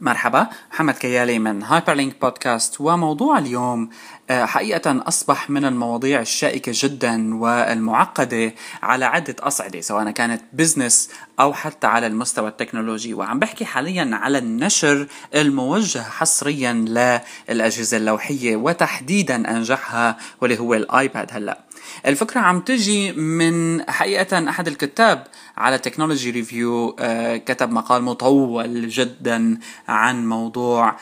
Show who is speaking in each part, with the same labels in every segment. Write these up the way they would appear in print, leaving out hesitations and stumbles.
Speaker 1: مرحبا، محمد كيالي من هايبرلينك بودكاست. وموضوع اليوم حقيقة أصبح من المواضيع الشائكة جدا والمعقدة على عدة أصعدة، سواء كانت بزنس أو حتى على المستوى التكنولوجي. وعم بحكي حاليا على النشر الموجه حصريا للأجهزة اللوحية، وتحديدا أنجحها واللي هو الآيباد. هلأ الفكرة عم تجي من حقيقة أحد الكتاب على تكنولوجي ريفيو، كتب مقال مطول جدا عن موضوع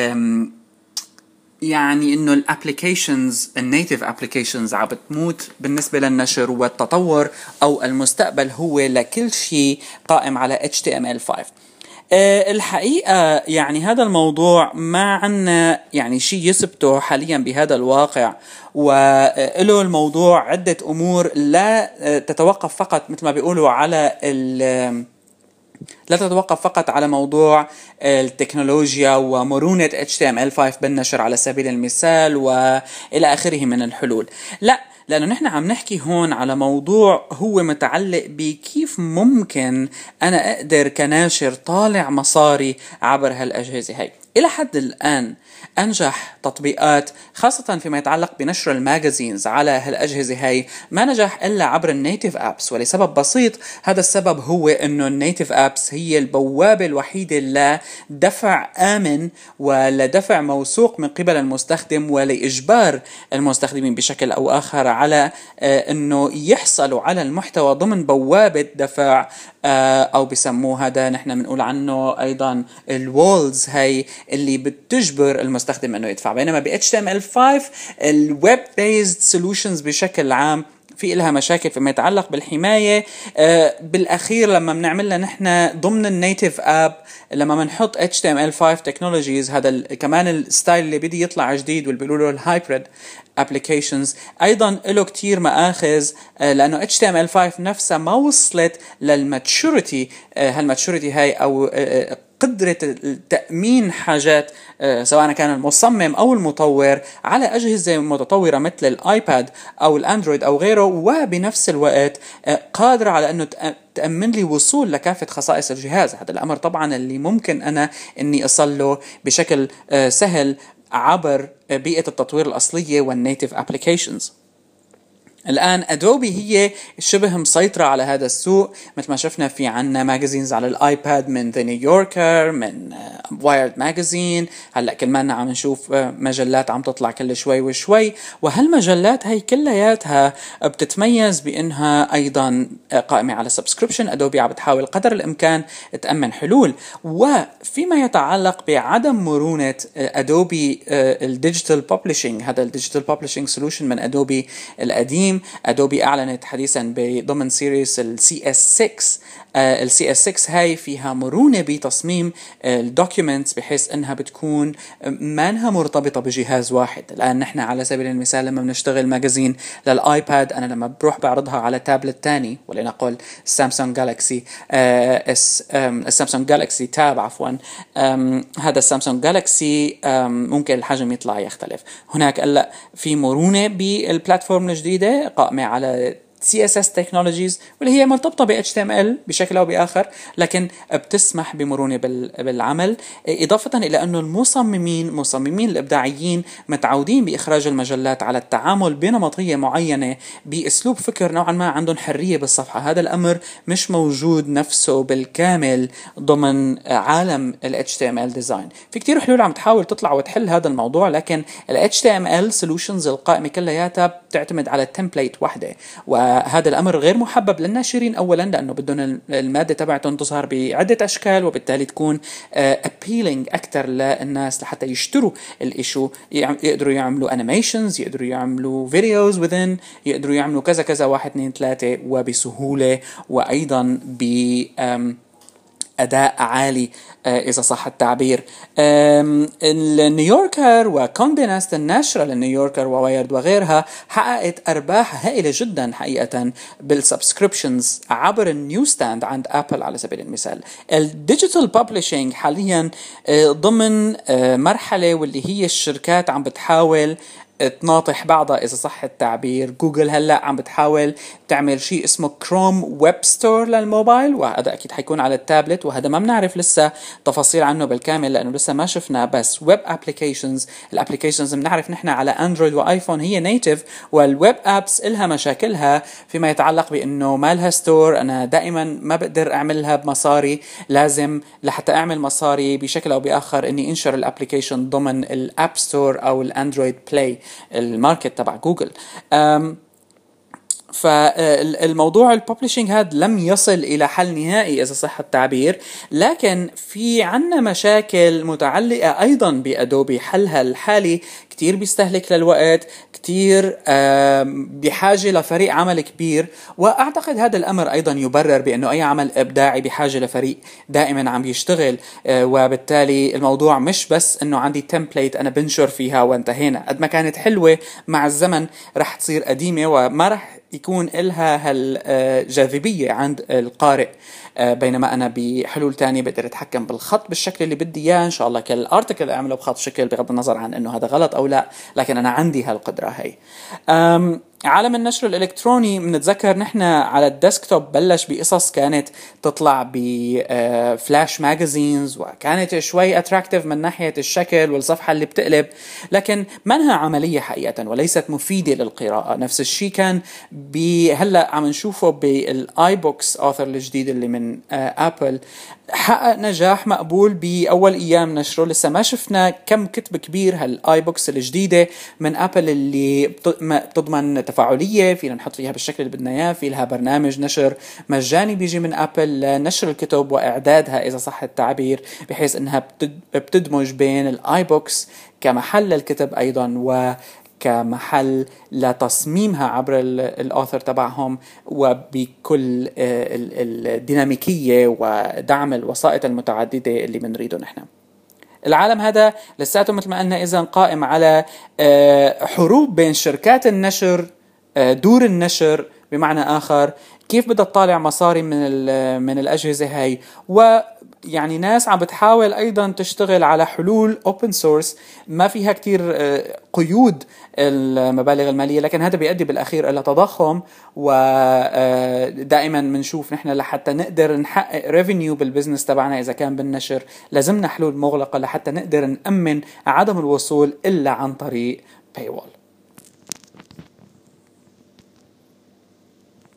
Speaker 1: يعني انه الابليكيشنز النيتيف ابليكيشنز عم بتموت بالنسبة للنشر، والتطور او المستقبل هو لكل شيء قائم على HTML5. الحقيقة يعني هذا الموضوع ما عنا يعني شيء يثبته حاليا بهذا الواقع، وله الموضوع عدة أمور لا تتوقف فقط مثل ما بيقولوا على لا تتوقف فقط على موضوع التكنولوجيا ومرونة HTML5 بالنشر على سبيل المثال وإلى آخره من الحلول. لا، لأنه نحن عم نحكي هون على موضوع هو متعلق بكيف ممكن أنا أقدر كناشر طالع مصاري عبر هالأجهزة هاي. إلى حد الآن أنجح تطبيقات خاصة فيما يتعلق بنشر الماجازينز على هالأجهزة هاي ما نجح إلا عبر النيتيف أبس، ولسبب بسيط. هذا السبب هو أنه النيتيف أبس هي البوابة الوحيدة لدفع آمن ولدفع موثوق من قبل المستخدم، ولإجبار المستخدمين بشكل أو آخر على أنه يحصلوا على المحتوى ضمن بوابة دفع، أو بسموه هذا نحن بنقول عنه أيضا الوولز هاي اللي بتجبر المستخدم أنه يدفع. بينما ب HTML5 الويب بيزد سولوشنز بشكل عام في إلها مشاكل فيما يتعلق بالحماية. بالأخير لما بنعملها نحن ضمن النيتيف آب، لما بنحط HTML5 تكنولوجيز، هذا كمان الستايل اللي بدي يطلع جديد واللي بيقولوا له الهايبريد applications، أيضا له كتير مآخذ، لأنه HTML5 نفسها ما وصلت للماتشوريتي. هالماتشوريتي هاي أو قدرة تأمين حاجات سواء كان المصمم أو المطور على أجهزة متطورة مثل الآيباد أو الأندرويد أو غيره، وبنفس الوقت قادرة على أنه تأمن لي وصول لكافة خصائص الجهاز. هذا الأمر طبعا اللي ممكن أنا أني أصله بشكل سهل عبر بيئة التطوير الأصلية والنيتيف أبليكيشنز. الآن أدوبي هي شبه مسيطرة على هذا السوق، مثل ما شفنا في عنا ماجازينز على الآيباد من The New Yorker، من Wired Magazine. هلأ كمان عم نشوف مجلات عم تطلع كل شوي وشوي، وهالمجلات هاي كلياتها بتتميز بأنها أيضا قائمة على subscription. أدوبي عم بتحاول قدر الإمكان تأمن حلول. وفيما يتعلق بعدم مرونة أدوبي الديجيتال بابليشنج، هذا الديجيتال بابليشنج سولوشن من أدوبي القديم، أدوبي أعلنت حديثا بضمن سيريس ال CS6. ال CS6 هاي فيها مرونة بتصميم الدوكيومنتس بحيث انها بتكون مانها مرتبطة بجهاز واحد. الآن نحن على سبيل المثال لما بنشتغل ماجازين للآيباد، أنا لما بروح بعرضها على تابلت تاني، ولنقل سامسونج جالاكسي السامسونج جالاكسي تاب عفوا، هذا السامسونج جالاكسي ممكن الحجم يطلع يختلف. هناك هلا في مرونة بالبلاتفورم الجديدة قائمة على CSS Technologies، واللي هي مرتبطة ب HTML بشكل أو بآخر، لكن بتسمح بمرونة بالعمل، إضافة إلى أنه مصممين الإبداعيين متعودين بإخراج المجلات على التعامل بنمطية معينة بأسلوب فكر نوعا ما عندهم حرية بالصفحة. هذا الأمر مش موجود نفسه بالكامل ضمن عالم ال HTML Design. في كتير حلول عم تحاول تطلع وتحل هذا الموضوع، لكن ال HTML Solutions القائمة كلياتها بتعتمد على تمبليت واحدة، وهذا الأمر غير محبب للناشرين أولا لأنه بدهم المادة تبعتهم تظهر بعدة أشكال، وبالتالي تكون appealing أكثر للناس لحتى يشتروا الإشو. يقدروا يعملوا animations، يقدروا يعملوا videos within، يقدروا يعملوا كذا كذا 1 2 3 وبسهولة، وأيضا أداء عالي إذا صح التعبير. النيويوركر وكوندي ناست الناشرة للنيويوركر ووايرد وغيرها حققت أرباح هائلة جدا حقيقة بالسبسكريبشنز عبر النيو ستاند عند أبل على سبيل المثال. الديجيتال بابليشينج حاليا ضمن مرحلة واللي هي الشركات عم بتحاول تناطح بعضها إذا صح التعبير. جوجل هلأ عم بتحاول تعمل شيء اسمه كروم ويب ستور للموبايل، وهذا أكيد حيكون على التابلت، وهذا ما بنعرف لسه تفاصيل عنه بالكامل لأنه لسه ما شفنا. بس ويب ابليكيشنز، الابليكيشنز بنعرف نحن على اندرويد وايفون هي نيتف، والويب ابس إلها مشاكلها فيما يتعلق بأنه ما لها ستور. أنا دائما ما بقدر أعملها بمصاري، لازم لحتى أعمل مصاري بشكل أو بآخر إني انشر الابليكيشن ضمن الاب ستور أو الاندرويد بلاي، الماركت تبع جوجل. فالموضوع الببلشنج هذا لم يصل إلى حل نهائي إذا صح التعبير، لكن في عنا مشاكل متعلقة أيضا بأدوبي. حلها الحالي كتير بيستهلك للوقت، كتير بحاجة لفريق عمل كبير، وأعتقد هذا الأمر أيضا يبرر بأنه أي عمل إبداعي بحاجة لفريق دائما عم بيشتغل. وبالتالي الموضوع مش بس أنه عندي تمبليت أنا بنشر فيها وانتهينا. قد ما كانت حلوة مع الزمن رح تصير قديمة وما رح يكون إلها هالجاذبية عند القارئ، بينما أنا بحلول تانية بقدر أتحكم بالخط بالشكل اللي بدي إياه. إن شاء الله كالارتكل أعمله بخط شكل بغض النظر عن أنه هذا غلط أو لا، لكن أنا عندي هالقدرة هاي. عالم النشر الإلكتروني منتذكر نحن على الديسكتوب بلش بقصص كانت تطلع بفلاش ماجازينز، وكانت شوي أتراكتيف من ناحية الشكل والصفحة اللي بتقلب، لكن منها عملية حقيقة وليست مفيدة للقراءة. نفس الشيء كان هلأ عم نشوفه بالآي بوكس آثر الجديد اللي من أبل، حقق نجاح مقبول بأول أيام نشره. لسه ما شفنا كم كتب كبير هالآي بوكس الجديدة من أبل اللي بتضمن تفاعلية، فينا نحط فيها بالشكل اللي بدنا إياه، في لها برنامج نشر مجاني بيجي من أبل لنشر الكتب وإعدادها إذا صح التعبير، بحيث أنها بتدمج بين الآي بوكس كمحل للكتب أيضا وكمحل لتصميمها عبر الأوثر تبعهم، وبكل الديناميكية ودعم الوسائط المتعددة اللي بنريده نحن. العالم هذا لساته مثل ما قلنا إذن قائم على حروب بين شركات النشر، دور النشر بمعنى آخر، كيف بدها تطالع مصاري من الأجهزة هاي، ويعني ناس عم بتحاول أيضا تشتغل على حلول open source ما فيها كتير قيود المبالغ المالية، لكن هذا بيؤدي بالأخير إلى تضخم. ودائما منشوف نحن لحتى نقدر نحقق ريفينيو بالبزنس تبعنا إذا كان بالنشر لازمنا حلول مغلقة لحتى نقدر نأمن عدم الوصول إلا عن طريق paywall.